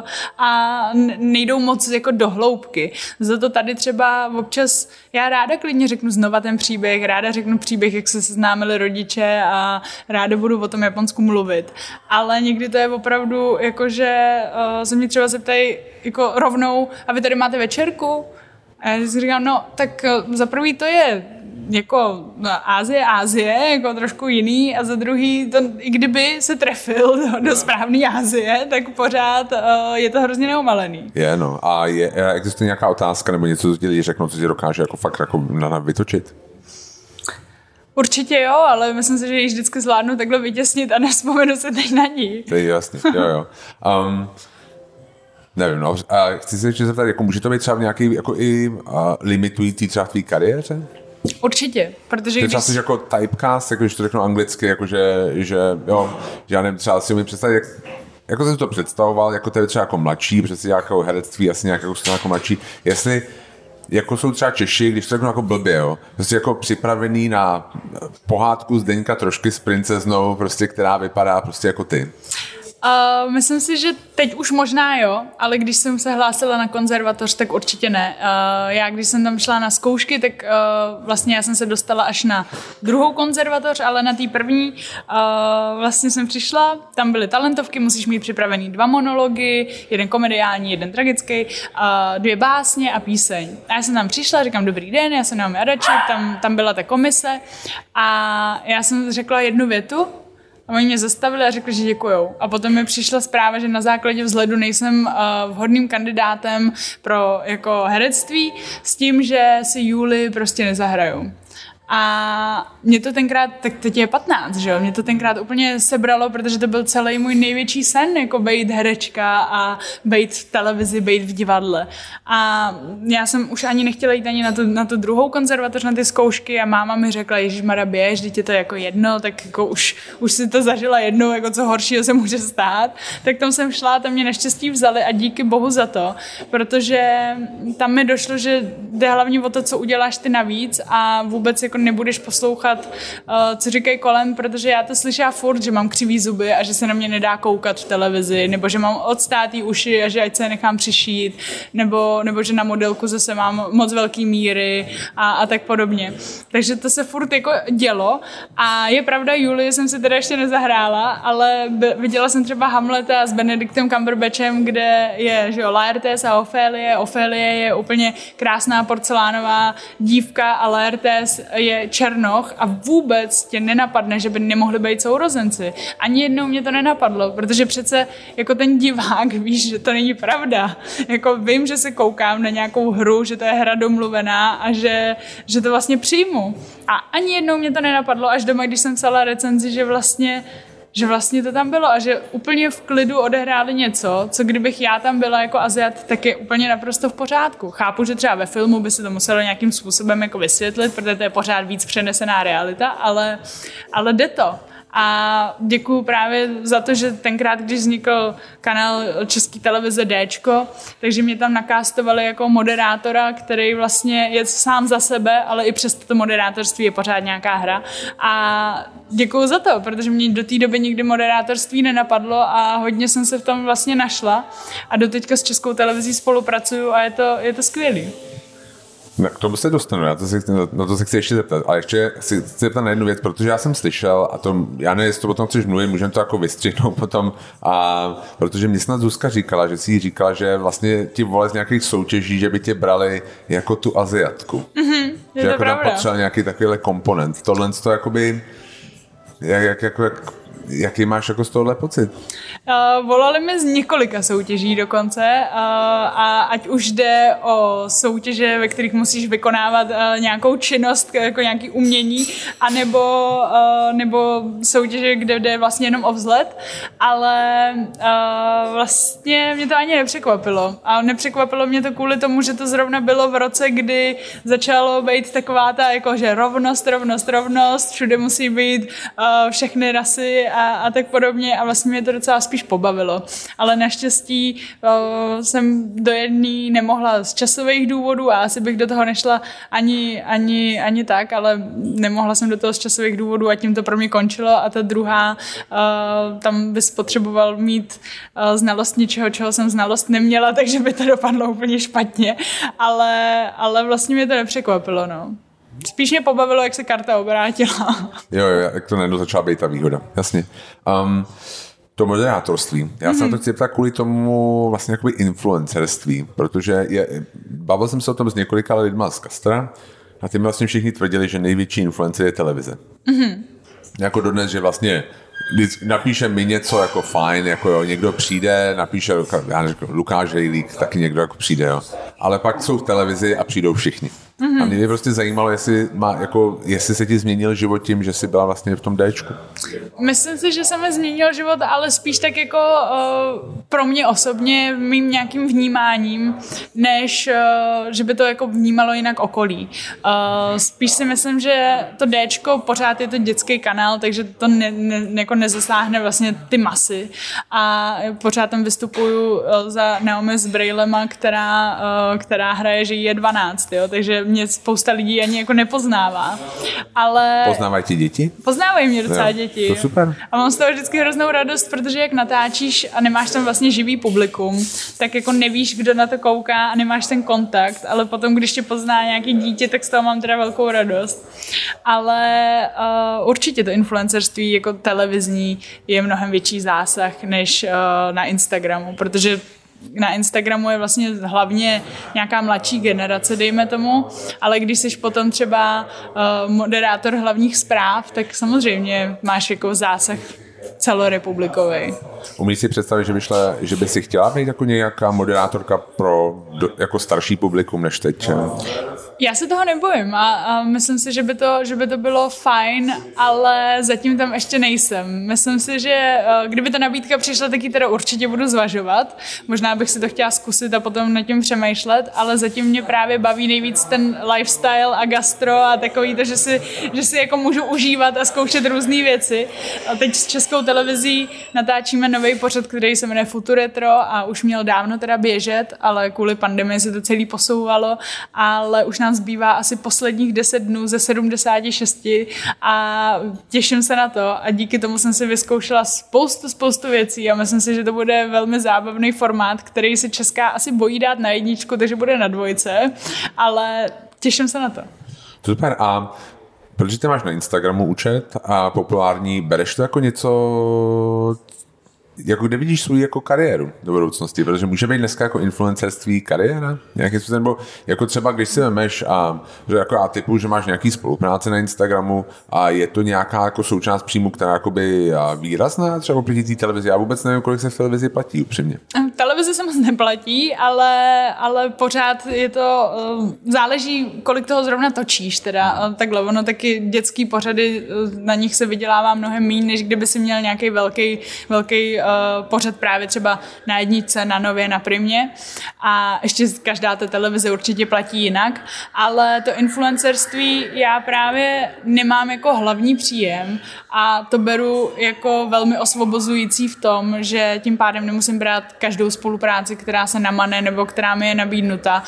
a nejdou moc jako do hloubky. Zato tady třeba občas, já ráda klidně řeknu znova ten příběh, ráda řeknu příběh, jak se seznámili rodiče a ráda budu o tom Japonsku mluvit, ale někdy to je opravdu jako, že uh, se mě třeba zeptají jako rovnou, a vy tady máte večerku? A já si říkám, no tak za prvý to je jako no, Ázie, Ázie, jako trošku jiný a za druhý, to, i kdyby se trefil do, do správné Ázie, tak pořád uh, je to hrozně neomalený.
Je, no. A je, existuje nějaká otázka nebo něco, co ti lidi řeknou, co ti dokáže jako fakt jako na, na vytočit?
Určitě jo, ale myslím si, že ji vždycky zvládnu takhle vytěsnit a nevzpomenu se teď na ní.
To je jasný, jo, jo. Um, Nevím, no. A chci se ještě zeptat, jako může to být třeba nějaký jako i uh, limitující třeba v tvý kariéře?
Určitě, protože
když... Třeba jsi jako typecast, jako když to řeknu anglicky, jako že, že jo, že já nevím, třeba si umím představit, jak, jako jsi to představoval, jako tebe třeba jako mladší, přesně nějakého herectví, asi nějak jako, jako mladší, jestli jako jsou třeba Češi, když to řeknu jako blbě, jo, prostě jako připravený na pohádku Zdeňka Trošky s princeznou, prostě, která vypadá prostě jako ty.
Uh, myslím si, že teď už možná jo, ale když jsem se hlásila na konzervatoř, tak určitě ne. Uh, já když jsem tam šla na zkoušky, tak uh, vlastně já jsem se dostala až na druhou konzervatoř, ale na té první uh, vlastně jsem přišla, tam byly talentovky, musíš mít připravený dva monology, jeden komediální, jeden tragický, uh, dvě básně a píseň. A já jsem tam přišla, říkám dobrý den, já jsem Naomi Adachi, tam, tam byla ta komise a já jsem řekla jednu větu, a oni mě zastavili a řekli, že děkujou. A potom mi přišla zpráva, že na základě vzhledu nejsem uh, vhodným kandidátem pro jako herectví s tím, že si Juli prostě nezahrajou. A mě to tenkrát, tak teď je patnáct, že jo, mě to tenkrát úplně sebralo, protože to byl celý můj největší sen, jako být herečka a být v televizi, být v divadle. A já jsem už ani nechtěla jít ani na tu, na tu druhou konzervatoř, na ty zkoušky a máma mi řekla, ježišmarja, běž, teď je to jako jedno, tak jako už, už si to zažila jednou, jako co horšího se může stát. Tak tam jsem šla, tam mě naštěstí vzali a díky bohu za to, protože tam mi došlo, že jde hlavně o to, co uděláš ty navíc a vůbec jako nebudeš poslouchat, uh, co říkají kolem, protože já to slyšela furt, že mám křivý zuby a že se na mě nedá koukat v televizi, nebo že mám odstátý uši a že ať se nechám přišít, nebo, nebo že na modelku zase mám moc velký míry a, a tak podobně. Takže to se furt jako dělo a je pravda, Julie jsem si teda ještě nezahrála, ale b- viděla jsem třeba Hamleta s Benedictem Cumberbatchem, kde je, že jo, Laertes a Ofélie. Ofélie je úplně krásná porcelánová dívka a Laertes je černoch a vůbec tě nenapadne, že by nemohli být sourozenci. Ani jednou mě to nenapadlo, protože přece jako ten divák víš, že to není pravda. Jako vím, že se koukám na nějakou hru, že to je hra domluvená a že, že to vlastně přijmu. A ani jednou mě to nenapadlo, až doma, když jsem psala recenzi, že vlastně že vlastně to tam bylo a že úplně v klidu odehráli něco, co kdybych já tam byla jako Aziat, tak je úplně naprosto v pořádku. Chápu, že třeba ve filmu by se to muselo nějakým způsobem jako vysvětlit, protože to je pořád víc přenesená realita, ale, ale jde to. A děkuju právě za to, že tenkrát, když vznikl kanál České televize Déčko, takže mě tam nakástovali jako moderátora, který vlastně je sám za sebe, ale i přes to moderátorství je pořád nějaká hra. A děkuju za to, protože mě do té doby nikdy moderátorství nenapadlo a hodně jsem se v tom vlastně našla. A doteďka s Českou televizí spolupracuju a je to, je to skvělý.
No, k tomu se dostanu, já to se, no to se chci ještě zeptat, ale ještě chci zeptat na jednu věc, protože já jsem slyšel, a to, já nevím, jestli to o tom chceš mluvit, můžeme to jako vystřihnout potom, a protože mě snad Zuzka říkala, že si jí říkala, že vlastně ti vole z nějakých soutěží, že by tě brali jako tu Aziatku.
Mm-hmm, je
že
to
jako
pravda.
tam potřeboval nějaký takovýhle komponent. Tohle to jakoby, jak, jak, jak, jak jaký máš jako z tohohle pocit?
Uh, volali mi z několika soutěží dokonce uh, a ať už jde o soutěže, ve kterých musíš vykonávat uh, nějakou činnost, jako nějaký umění, anebo uh, nebo soutěže, kde jde vlastně jenom o vzhled, ale uh, vlastně mě to ani nepřekvapilo. A nepřekvapilo mě to kvůli tomu, že to zrovna bylo v roce, kdy začalo být taková ta jakože rovnost, rovnost, rovnost, všude musí být uh, všechny rasy a, a tak podobně a vlastně mě to docela spíš pobavilo. Ale naštěstí uh, jsem do jedné nemohla z časových důvodů a asi bych do toho nešla ani, ani, ani tak, ale nemohla jsem do toho z časových důvodů a tím to pro mě končilo a ta druhá, uh, tam bys potřeboval mít uh, znalost něčeho, čeho jsem znalost neměla, takže by to dopadlo úplně špatně, ale, ale vlastně mě to nepřekvapilo, no. Spíš mě pobavilo, jak se karta obrátila.
Jo, jo, jak to najednou začala být ta výhoda, jasně. Um, to moderátorství. Já mm. se na to chci ptát kvůli tomu vlastně jakoby influencerství, protože je, bavil jsem se o tom s několika lidma z Castra a ty mi vlastně všichni tvrdili, že největší influencer je televize. Mm. Jako dodnes, že vlastně napíše mi něco jako fajn, jako jo, někdo přijde, napíše, já neřekl, Lukáš Hejlík, taky někdo jako přijde, jo. Ale pak jsou v televizi a přijdou všichni. Mm-hmm. A mě by prostě zajímalo, jestli, má, jako, jestli se ti změnil život tím, že jsi byla vlastně v tom Dčku.
Myslím si, že se mi změnil život, ale spíš tak jako uh, pro mě osobně mým nějakým vnímáním, než uh, že by to jako vnímalo jinak okolí. Uh, spíš si myslím, že to Dčko pořád je to dětský kanál, takže to ne, ne, jako nezasáhne vlastně ty masy. A pořád tam vystupuju uh, za Naomi s Braillema, která, uh, která hraje, že jí je dvanáct, jo, takže mě spousta lidí ani jako nepoznává. Ale...
Poznávají ti děti?
Poznávají mě docela
jo,
děti.
To super.
A mám z toho vždycky hroznou radost, protože jak natáčíš a nemáš tam vlastně živý publikum, tak jako nevíš, kdo na to kouká a nemáš ten kontakt, ale potom, když tě pozná nějaký dítě, tak z toho mám teda velkou radost. Ale uh, určitě to influencerství jako televizní je mnohem větší zásah než uh, na Instagramu, protože na Instagramu je vlastně hlavně nějaká mladší generace, dejme tomu, ale když jsi potom třeba uh, moderátor hlavních zpráv, tak samozřejmě máš jako zásah celorepublikový.
Umíš si představit, že by, šla, že by si chtěla být jako nějaká moderátorka pro do, jako starší publikum než teď?
Já se toho nebojím a, a myslím si, že by, to, že by to bylo fajn, ale zatím tam ještě nejsem. Myslím si, že kdyby ta nabídka přišla, tak ji teda určitě budu zvažovat. Možná bych si to chtěla zkusit a potom nad tím přemýšlet, ale zatím mě právě baví nejvíc ten lifestyle a gastro a takový to, že si, že si jako můžu užívat a zkoušet různé věci. A teď s Českou televizí natáčíme nový pořad, který se jmenuje Futuretro a už měl dávno teda běžet, ale kvůli pandemii se to celý posouvalo, ale už nám zbývá asi posledních deset dnů ze sedmdesáti šesti a těším se na to a díky tomu jsem si vyzkoušela spoustu, spoustu věcí a myslím si, že to bude velmi zábavný formát, který si Česká asi bojí dát na jedničku, takže bude na dvojce, ale těším se na to.
Super. A protože ty máš na Instagramu účet a populární, bereš to jako něco, jako kde vidíš svou jako kariéru do budoucnosti, protože může být dneska jako influencerství kariéra, nějaký způsob, nebo jako třeba když si vemeš a že jako já typu, že máš nějaký spolupráce na Instagramu a je to nějaká jako součást příjmu, která jakoby výrazná třeba oproti té televizi. Já vůbec nevím, kolik se v televizi platí upřímně.
Televize se moc neplatí, ale, ale pořád je to, záleží, kolik toho zrovna točíš teda, takhle, ono taky dětský pořady, na nich se vydělává mnohem míň, než kdyby si měl nějaký velký, velký pořad právě třeba na jedničce, na Nově, na Primě a ještě každá ta televize určitě platí jinak, ale to influencerství já právě nemám jako hlavní příjem a to beru jako velmi osvobozující v tom, že tím pádem nemusím brát každou spolupráci, která se namane nebo která mi je nabídnuta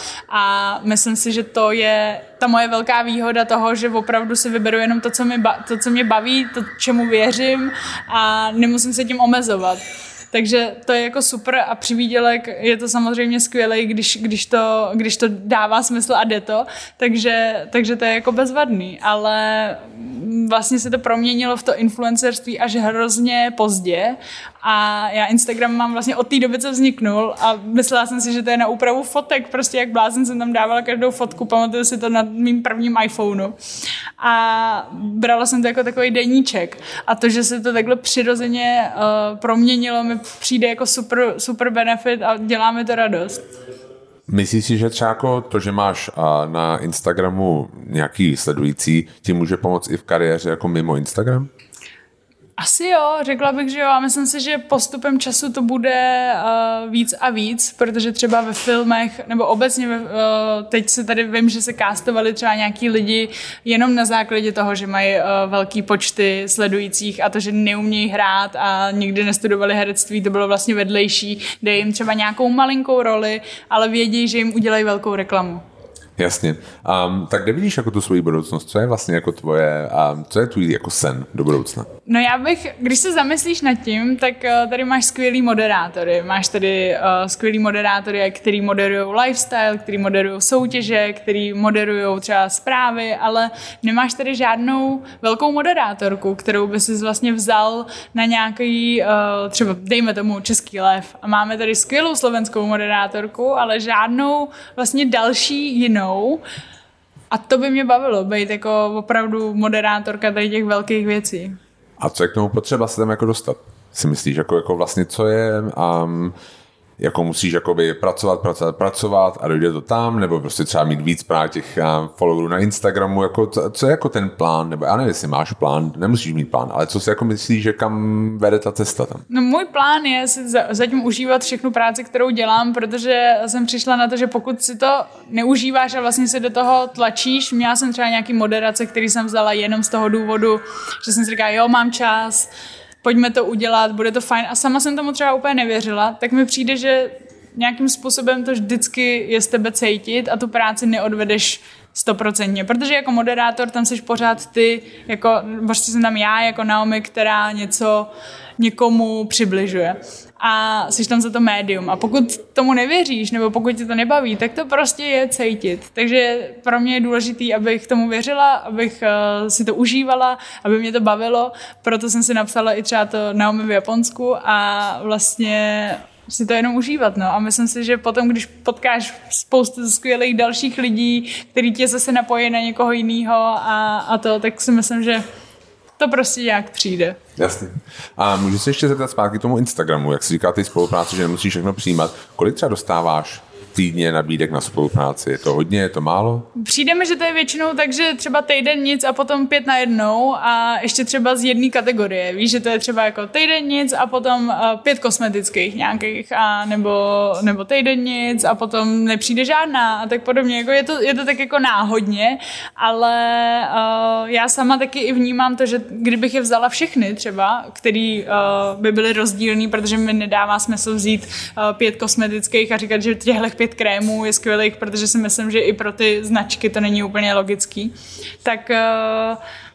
a myslím si, že to je ta moje velká výhoda toho, že opravdu si vyberu jenom to, co, mi ba- to, co mě baví, to, čemu věřím a nemusím se tím omezovat. Takže to je jako super a při výdělek je to samozřejmě skvělé, když, když, to, když to dává smysl a jde to, takže, takže to je jako bezvadný, ale vlastně se to proměnilo v to influencerství až hrozně pozdě a já Instagram mám vlastně od té doby, co vzniknul a myslela jsem si, že to je na úpravu fotek, prostě jak blázen jsem tam dávala každou fotku, pamatuju si to na mým prvním iPhoneu a brala jsem to jako takový deníček a to, že se to takhle přirozeně uh, proměnilo, mi přijde jako super, super benefit a dělá mi to radost.
Myslíš si, že třeba jako to, že máš na Instagramu nějaký sledující, ti může pomoct i v kariéře jako mimo Instagram?
Asi jo, řekla bych, že jo, a myslím si, že postupem času to bude uh, víc a víc, protože třeba ve filmech, nebo obecně ve, uh, teď se tady vím, že se castovali třeba nějaký lidi jenom na základě toho, že mají uh, velký počty sledujících a to, že neumějí hrát a nikdy nestudovali herectví, to bylo vlastně vedlejší, dej jim třeba nějakou malinkou roli, ale vědí, že jim udělají velkou reklamu.
Jasně. Um, tak kde vidíš jako tu svoji budoucnost? Co je vlastně jako tvoje, um, co je tvůj jako sen do budoucna?
No já bych, když se zamyslíš nad tím, tak uh, tady máš skvělý moderátory. Máš tady uh, skvělý moderátory, který moderují lifestyle, který moderují soutěže, který moderují třeba zprávy, ale nemáš tady žádnou velkou moderátorku, kterou by si vlastně vzal na nějaký, uh, třeba dejme tomu Český lev. A máme tady skvělou slovenskou moderátorku, ale žádnou vlastně další jinou. A to by mě bavilo, být jako opravdu moderátorka tady těch velkých věcí.
A co je k tomu potřeba se tam jako dostat? Si myslíš, jako, jako vlastně co je, um, jako musíš jakoby pracovat, pracovat, pracovat a dojde to tam, nebo prostě třeba mít víc právě těch um, followerů na Instagramu, jako, co, co je jako ten plán, nebo já nevím, jestli máš plán, nemusíš mít plán, ale co si jako myslíš, že kam vede ta cesta tam?
No můj plán je si za, zatím užívat všechnu práci, kterou dělám, protože jsem přišla na to, že pokud si to neužíváš a vlastně si do toho tlačíš, měla jsem třeba nějaký moderace, který jsem vzala jenom z toho důvodu, že jsem si říkala, jo, mám čas, pojďme to udělat, bude to fajn. A sama jsem tomu třeba úplně nevěřila, tak mi přijde, že nějakým způsobem to vždycky je z tebe cítit a tu práci neodvedeš stoprocentně, protože jako moderátor tam jsi pořád ty, jako, vlastně jsem tam já jako Naomi, která něco někomu přibližuje. A jsi tam za to médium. A pokud tomu nevěříš, nebo pokud ti to nebaví, tak to prostě je cítit. Takže pro mě je důležitý, abych tomu věřila, abych uh, si to užívala, aby mě to bavilo. Proto jsem si napsala i třeba to Naomi v Japonsku a vlastně si to jenom užívat. No. A myslím si, že potom, když potkáš spoustu skvělých dalších lidí, který tě zase napojí na někoho jiného a, a to, tak si myslím, že to prostě nějak přijde.
Jasně. A můžu se ještě zeptat zpátky tomu Instagramu, jak si říká ty spolupráce, že nemusíš všechno přijímat. Kolik třeba dostáváš týdně nabídek na spolupráci? Je to hodně, je to málo?
Přijde mi, že to je většinou tak, že třeba týden nic a potom pět na jednou a ještě třeba z jedné kategorie. Víš, že to je třeba jako týden nic a potom pět kosmetických nějakých a nebo, nebo týden nic a potom nepřijde žádná a tak podobně. Jako je, to, je to tak jako náhodně, ale uh, já sama taky i vnímám to, že kdybych je vzala všechny třeba, který uh, by byly rozdílný, protože mi nedává smysl vzít uh, pět kosmetických a říkat, že těchto pět krémů je skvělých, protože si myslím, že i pro ty značky to není úplně logický. Tak uh,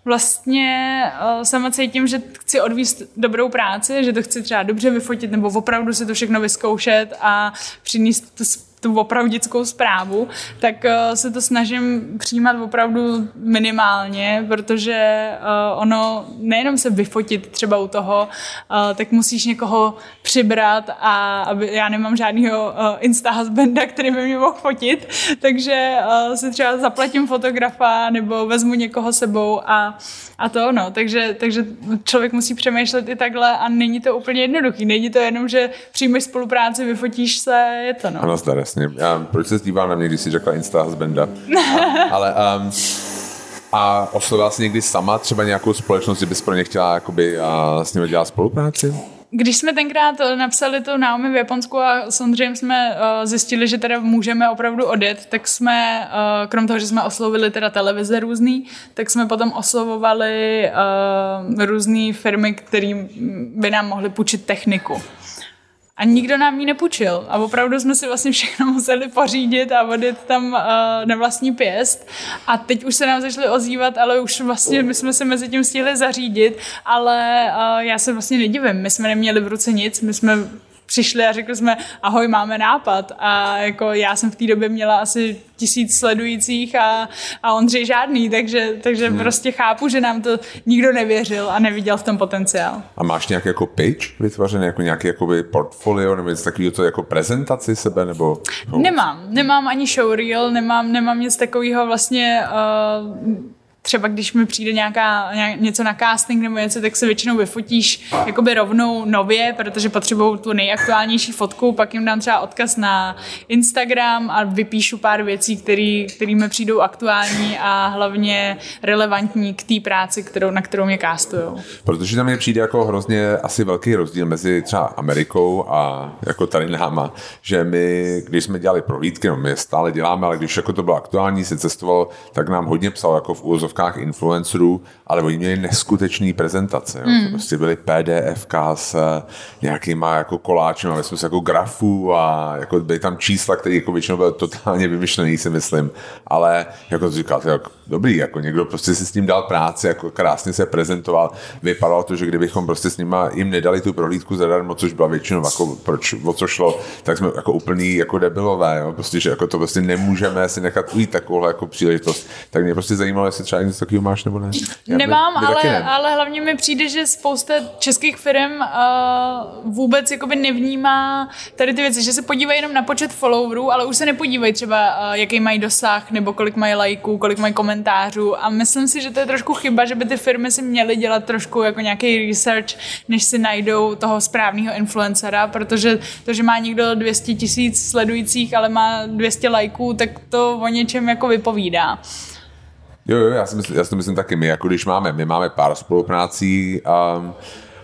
vlastně uh, sama cítím, že chci odvíst dobrou práci, že to chci třeba dobře vyfotit nebo opravdu si to všechno vyzkoušet a přinést tu tu opravdickou zprávu, tak uh, se to snažím přijímat opravdu minimálně, protože uh, ono nejenom se vyfotit třeba u toho, uh, tak musíš někoho přibrat a aby, já nemám žádnýho uh, insta husbanda, který by mě mohl fotit, takže uh, si třeba zaplatím fotografa nebo vezmu někoho sebou a, a to no, takže, takže člověk musí přemýšlet i takhle a není to úplně jednoduchý, není to jenom, že přijmeš spolupráci, vyfotíš se, je to no.
Ano, zdar, Já, proč se zdívám na mě, když jsi řekla Insta husbanda? A, ale um, a oslovila jsi někdy sama třeba nějakou společnost, že bys pro ně chtěla jakoby, a s nimi dělat spolupráci?
Když jsme tenkrát napsali to Naomi v Japonsku a samozřejmě jsme uh, zjistili, že teda můžeme opravdu odjet, tak jsme, uh, krom toho, že jsme oslovili teda televize různý, tak jsme potom oslovovali uh, různý firmy, které by nám mohly půjčit techniku. A nikdo nám ji nepůjčil. A opravdu jsme si vlastně všechno museli pořídit a odjet tam uh, na vlastní pěst. A teď už se nám začaly ozývat, ale už vlastně my jsme se mezi tím stihli zařídit, ale uh, já se vlastně nedivím. My jsme neměli v ruce nic, my jsme přišli a řekli jsme, ahoj, máme nápad. A jako já jsem v té době měla asi tisíc sledujících a, a Ondřej žádný, takže, takže hmm. prostě chápu, že nám to nikdo nevěřil a neviděl v tom potenciál. A
máš nějaký jako pitch vytvořený, jako nějaký jakoby portfolio, nebo něco takového, co jako prezentaci sebe, nebo...
Nemám, nemám ani showreel, nemám, nemám nic takového vlastně... Uh, třeba když mi přijde nějaká, nějak, něco na casting nebo něco, tak se většinou vyfotíš jakoby rovnou nově, protože potřebují tu nejaktuálnější fotku, pak jim dám třeba odkaz na Instagram a vypíšu pár věcí, který, který mi přijdou aktuální a hlavně relevantní k té práci, kterou, na kterou mě castujou.
Protože tam mě přijde jako hrozně asi velký rozdíl mezi třeba Amerikou a jako tady náma, že my, když jsme dělali prohlídky, no my stále děláme, ale když jako to bylo aktuální, se cestovalo, tak nám hodně psalo jako v úvozovkách influencerů, ale oni měli neskutečný prezentace. Jo. Mm. To prostě byly P D F K s nějakýma jako koláčema, ve smyslu jako grafů a jako byly tam čísla, které jako většinou byly totálně vymyšlený, si myslím. Ale jako to říkáte, jako dobrý, jako někdo prostě si s tím dal práci, jako krásně se prezentoval. Vypadalo to, že kdybychom prostě s nima jim nedali tu prohlídku zadarmo, což byla většinou jako proč, o co šlo, tak jsme jako úplný jako debilové, jo. Prostě, že jako to prostě nemůžeme si nechat ujít takovou jako příležitost. Tak mě prostě zajímalo, jestli třeba něco takového máš nebo ne. Já
Nemám,
by, by
ale,
ne.
ale hlavně mi přijde, že spousta českých firm uh, vůbec jakoby nevnímá tady ty věci, že se podívají jenom na počet followerů, ale už se nepodívají třeba, uh, jaký mají dosah, nebo kolik mají lajků, kolik mají komentářů a myslím si, že to je trošku chyba, že by ty firmy si měly dělat trošku jako nějaký research, než si najdou toho správného influencera, protože to, že má někdo dvě stě tisíc sledujících, ale má dvě stě lajků, tak to o něčem jako vypovídá.
Jo, jo, já si myslím, já si to myslím taky. My, jako když máme, my máme pár spoluprácí um,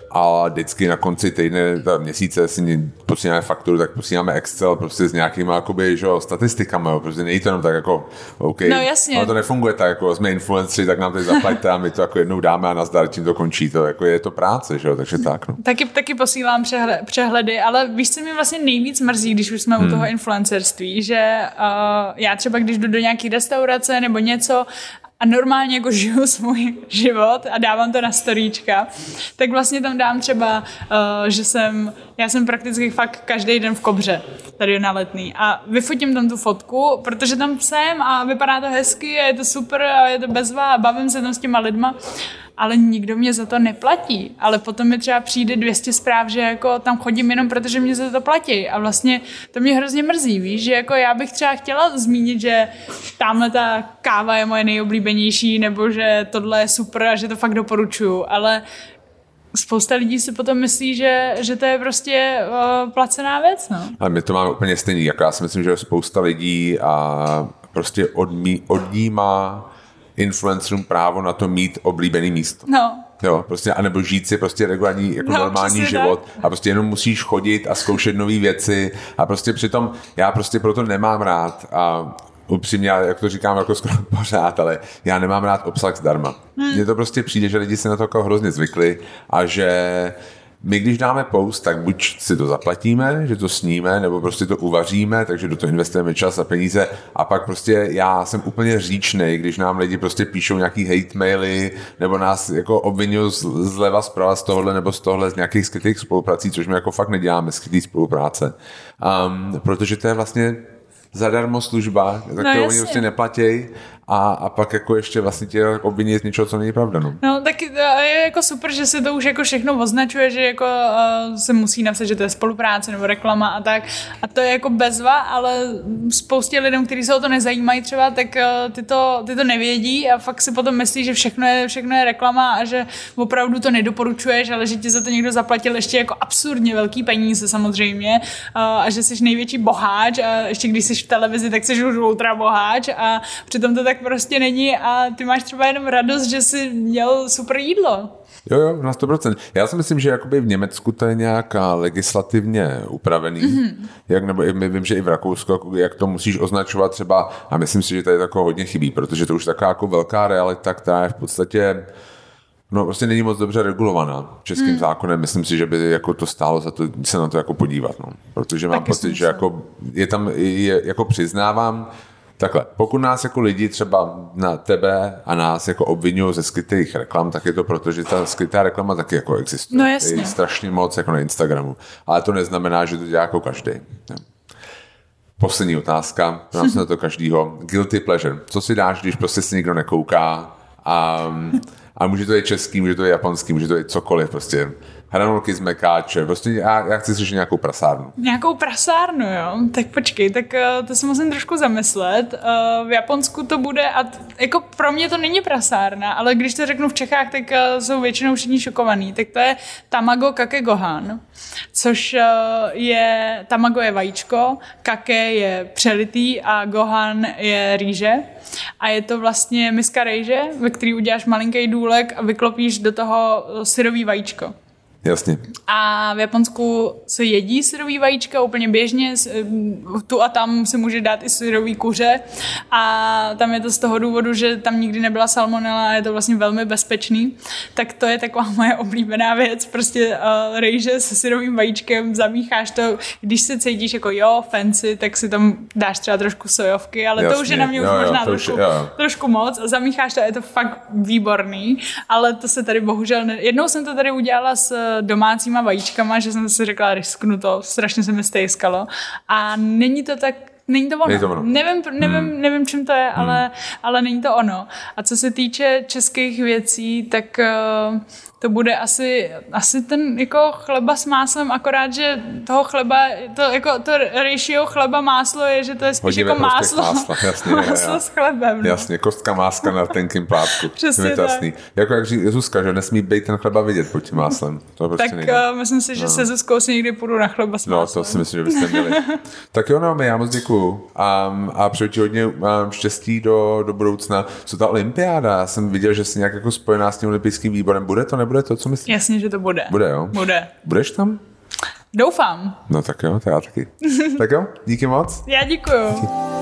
a vždycky na konci týdne, měsíce si posíláme fakturu, tak posíláme Excel prostě s nějakýma jakoby, že jo, statistikama, jo, prostě není to jenom tak jako OK,
no, jasně.
Ale to nefunguje tak, jako jsme influenceri, tak nám tady zaplaťte a my to jako jednou dáme a nazdar, tím to končí, to jako je to práce, že jo, takže tak, no.
Taky, taky posílám přehled, přehledy, ale víš, co mě vlastně nejvíc mrzí, když už jsme hmm. u toho influencerství, že uh, já třeba, když jdu do nějaký restaurace nebo něco a normálně jako žiju svůj život a dávám to na storíčka, tak vlastně tam dám třeba, uh, že jsem, já jsem prakticky fakt každý den v Kobře, tady na Letný a vyfotím tam tu fotku, protože tam jsem a vypadá to hezky a je to super a je to bezva a bavím se tam s těma lidma, ale nikdo mě za to neplatí. Ale potom mi třeba přijde dvě stě zpráv, že jako tam chodím jenom protože mě za to platí. A vlastně to mě hrozně mrzí, víš, že jako já bych třeba chtěla zmínit, že tamhle ta káva je moje nejoblíbenější, nebo že tohle je super a že to fakt doporučuju, ale spousta lidí si potom myslí, že, že to je prostě uh, placená věc, no.
Ale my to máme úplně stejný, jako já si myslím, že spousta lidí a prostě odmí, odnímá influencerům právo na to mít oblíbený místo.
No.
Jo, prostě, anebo žít si prostě regulární, jako
no,
normální život tak. A prostě jenom musíš chodit a zkoušet nové věci a prostě přitom já prostě proto nemám rád a upřímně, jak to říkám jako skoro pořád, ale já nemám rád obsah zdarma. Hmm. Mně to prostě přijde, že lidi se na to jako hrozně zvykli a že my, když dáme post, tak buď si to zaplatíme, že to sníme, nebo prostě to uvaříme, takže do toho investujeme čas a peníze a pak prostě já jsem úplně říčnej, když nám lidi prostě píšou nějaký hate maily, nebo nás jako obvinují zleva zprava z tohohle nebo z tohle z nějakých skrytých spoluprací, což my jako fakt neděláme, skrytý spolupráce. Um, protože to je vlastně zadarmo služba, za kterou no, oni prostě neplatí a, a pak jako ještě vlastně tě obviní z něčeho, co není pravda. No,
no tak je jako super, že se to už jako všechno označuje, že jako uh, se musí napsat, že to je spolupráce nebo reklama a tak. A to je jako bezva, ale spoustě lidem, kteří se o to nezajímají třeba, tak uh, ty, to, ty to nevědí a fakt si potom myslí, že všechno je, všechno je reklama a že opravdu to nedoporučuješ, ale že ti za to někdo zaplatil ještě jako absurdně velký peníze samozřejmě uh, a že jsi největší boháč a ještě když jsi v televizi, tak jsi už ultra boháč a přitom to tak prostě není a ty máš třeba jenom radost, že jsi měl super jídlo.
Jo, jo, na sto procent. Já si myslím, že jakoby v Německu to je nějak legislativně upravený. Mm-hmm. Jak, nebo vím, že i v Rakousku, jak to musíš označovat třeba, a myslím si, že tady tako hodně chybí, protože to už taková jako velká realita, která je v podstatě no prostě není moc dobře regulovaná českým hmm. zákonem. Myslím si, že by jako to stálo za to se na to jako podívat. No. Protože mám Taky pocit, že jako je tam, je, jako přiznávám, takhle, pokud nás jako lidi třeba na tebe a nás jako obvinují ze skrytých reklam, tak je to proto, že ta skrytá reklama taky jako existuje.
No jasně.
Je strašně moc jako na Instagramu. Ale to neznamená, že to dělá jako každý. Ja. Poslední otázka, nám se na to každýho. Guilty pleasure. Co si dáš, když prostě si nikdo nekouká a... A může to být český, může to být japonský, může to být cokoliv prostě. hranolky z mekáče, prostě já, já chci slyšet nějakou prasárnu.
Nějakou prasárnu, jo? Tak počkej, tak uh, to se musím trošku zamyslet. Uh, v Japonsku to bude, a t- jako pro mě to není prasárna, ale když to řeknu v Čechách, tak uh, jsou většinou všichni šokovaný. Tak to je tamago kake gohan, což uh, je, tamago je vajíčko, kake je přelitý a gohan je rýže. A je to vlastně miska rejže, ve který uděláš malinký důlek a vyklopíš do toho syrový vajíčko.
Jasně.
A v Japonsku se jedí syrový vajíčka úplně běžně, tu a tam se může dát i syrový kuře a tam je to z toho důvodu, že tam nikdy nebyla salmonella a je to vlastně velmi bezpečný, tak to je taková moje oblíbená věc, prostě uh, rejže se syrovým vajíčkem, zamícháš to, když se cítíš jako jo, fancy, tak si tam dáš třeba trošku sojovky, ale
Jasně,
to už je na mě už
jo,
možná
jo,
trošku,
už,
trošku moc a zamícháš to a je to fakt výborný, ale to se tady bohužel ne... Jednou jsem to tady udělala s domácíma vajíčkama, že jsem si řekla, risknu to, strašně se mi stejskalo. A není to tak, není to ono.
Není to ono.
Nevím, nevím,
hmm.
nevím, čím to je,
hmm.
ale, ale není to ono. A co se týče českých věcí, tak uh, to bude asi, asi ten jako chleba s máslem, akorát, že toho chleba, to jako to ratio chleba máslo je, že to je spíš
Hodíme
jako máslo,
másla, jasně,
máslo
já.
s chlebem. No.
Jasně, kostka máska na tenkým plátku.
Přesně
to
tak.
Jasný. Jako jak říká Zuzka, že nesmí být ten chleba vidět pod tím máslem. To prostě
tak uh, myslím si, že no. se Zuzkou si někdy půjdu na chleba s
No,
máslem.
to si myslím, že byste měli. Tak jo, no, já moc děkuju. Um, a přeju ti hodně um, štěstí do, do budoucna. Co ta olympiáda? Já jsem viděl, že jsi nějak jako spojená s tím olympijským výborem. Bude to, nebude to? Co myslíš?
Jasně, že to bude.
Bude, jo?
Bude.
Budeš tam?
Doufám.
No tak jo, to já taky. Tak jo, díky moc.
Já děkuju. Díky.